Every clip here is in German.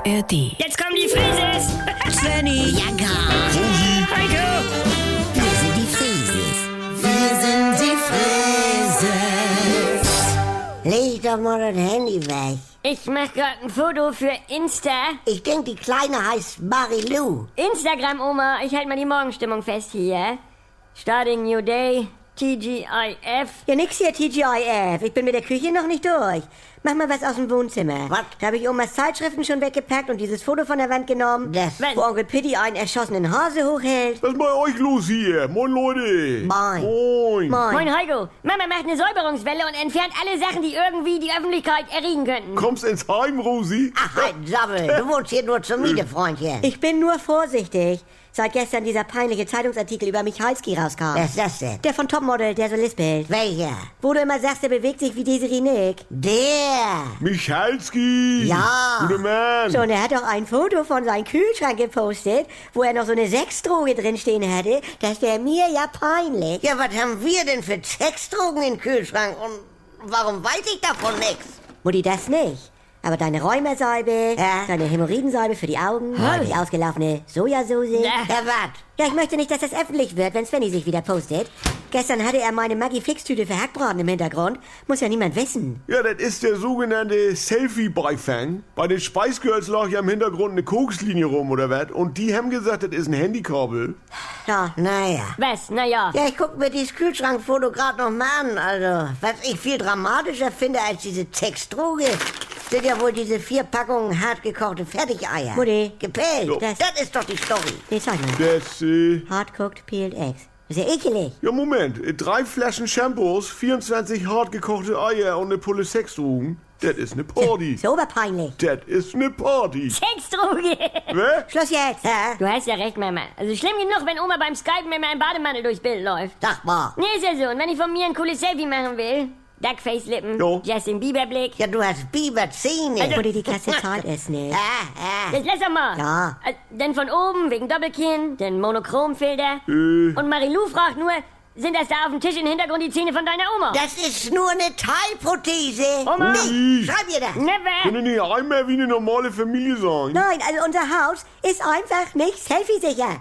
ARD. Jetzt kommen die Frises! Svenny, Ja, gar. Heiko! Wir sind die Frieses. Wir sind die Frieses. Leg doch mal das Handy weg. Ich mach grad ein Foto für Insta. Ich denk, die Kleine heißt Marilou. Instagram, Oma. Ich halt mal die Morgenstimmung fest hier. Starting new day. TGIF. Ja, nix hier, TGIF. Ich bin mit der Küche noch nicht durch. Mach mal was aus dem Wohnzimmer. Was? Da habe ich Omas Zeitschriften schon weggepackt und dieses Foto von der Wand genommen, Das- wo Onkel Pitti einen erschossenen Hase hochhält. Was ist bei euch los hier? Moin, Leute. Moin. Moin. Moin, Heiko. Mama macht eine Säuberungswelle und entfernt alle Sachen, die irgendwie die Öffentlichkeit erregen könnten. Kommst ins Heim, Rosi? Ach, halt, Sabbel. Du wohnst hier nur zur Miete, Freundchen. Ich bin nur vorsichtig. Seit gestern dieser peinliche Zeitungsartikel über Michalski rauskam. Wer ist das denn? Der von Topmodel, der so lispelt. Welcher? Wo du immer sagst, der bewegt sich wie Desiree Nick. Der. Michalski. Ja. Guter Mann. So, und er hat doch ein Foto von seinem Kühlschrank gepostet, wo er noch so eine Sexdroge drinstehen hatte. Das wäre mir ja peinlich. Ja, was haben wir denn für Sexdrogen im Kühlschrank? Und warum weiß ich davon nichts? Mutti, das nicht. Aber deine Rheumasalbe, Ja. deine Hämorrhoidensalbe für die Augen, die ausgelaufene Sojasauce. Ja. Ja, was? Ja, ich möchte nicht, dass das öffentlich wird, wenn Svenny sich wieder postet. Gestern hatte er meine Maggi-Fix-Tüte für Hackbraten im Hintergrund. Muss ja niemand wissen. Ja, das ist der sogenannte Selfie-Beifang. Bei den Spice Girls lag ja im Hintergrund eine Kokslinie rum oder was. Und die haben gesagt, das ist ein Handykabel. Ja, Naja. Was? Naja. Ja, ich guck mir dieses Kühlschrankfoto gerade noch mal an. Also, was ich viel dramatischer finde als diese Sexdroge, sind ja wohl diese 4 Packungen hartgekochte Fertigeier. Mutti. Gepellt. Ja. Das ist doch die Story. nee, zeig mal. Das, Hard-cooked peeled eggs. Das ist ja ekelig. ja, Moment. 3 Flaschen Shampoos, 24 hartgekochte Eier und eine Pulle Sexdrogen. Das ist eine Party. Ist ja oberpeinlich. Das ist eine Party. Sexdroge. Wer? Schluss jetzt. Hä? Du hast ja recht, Mama. Also schlimm genug, wenn Oma beim Skypen mit meinem Bademantel durchs Bild läuft. Sag mal. Nee, ist ja so. Und wenn ich von mir ein cooles Selfie machen will, Duckface-Lippen, Jo. Justin Bieber-Blick. Ja, du hast Biberzähne. Mutti, die Kasse zahlt es nicht. Jetzt lass doch mal. Ja. Dann von oben wegen Doppelkinn, dann Monochromfilter. Und Marilou fragt nur, sind das da auf dem Tisch im Hintergrund die Zähne von deiner Oma? Das ist nur eine Teilprothese. Oma. Nicht. Schreib ihr das. Never. Können nicht einmal wie eine normale Familie sein? Nein, also unser Haus ist einfach nicht selfie-sicher.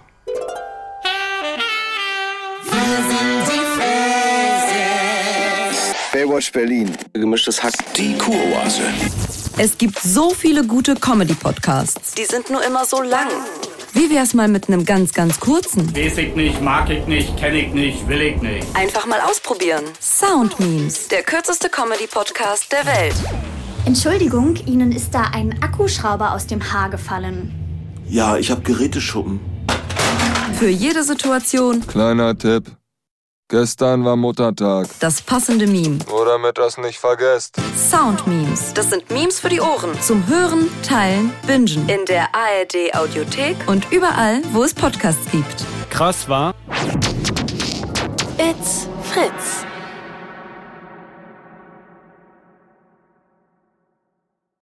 Baywatch Berlin. Gemischtes Hack. Die Kuroase. Es gibt so viele gute Comedy-Podcasts. Die sind nur immer so lang. Wie wär's mal mit einem ganz, ganz kurzen? Weiß ich nicht, mag ich nicht, kenn ich nicht, will ich nicht. Einfach mal ausprobieren. Sound Memes, der kürzeste Comedy-Podcast der Welt. Entschuldigung, Ihnen ist da ein Akkuschrauber aus dem Haar gefallen. Ja, ich hab Geräteschuppen. Für jede Situation Kleiner Tipp. Gestern war Muttertag. das passende Meme. Nur damit das nicht vergesst. Sound Memes. Das sind Memes für die Ohren. Zum Hören, Teilen, Bingen. In der ARD Audiothek und überall, wo es Podcasts gibt. Krass, war? It's Fritz.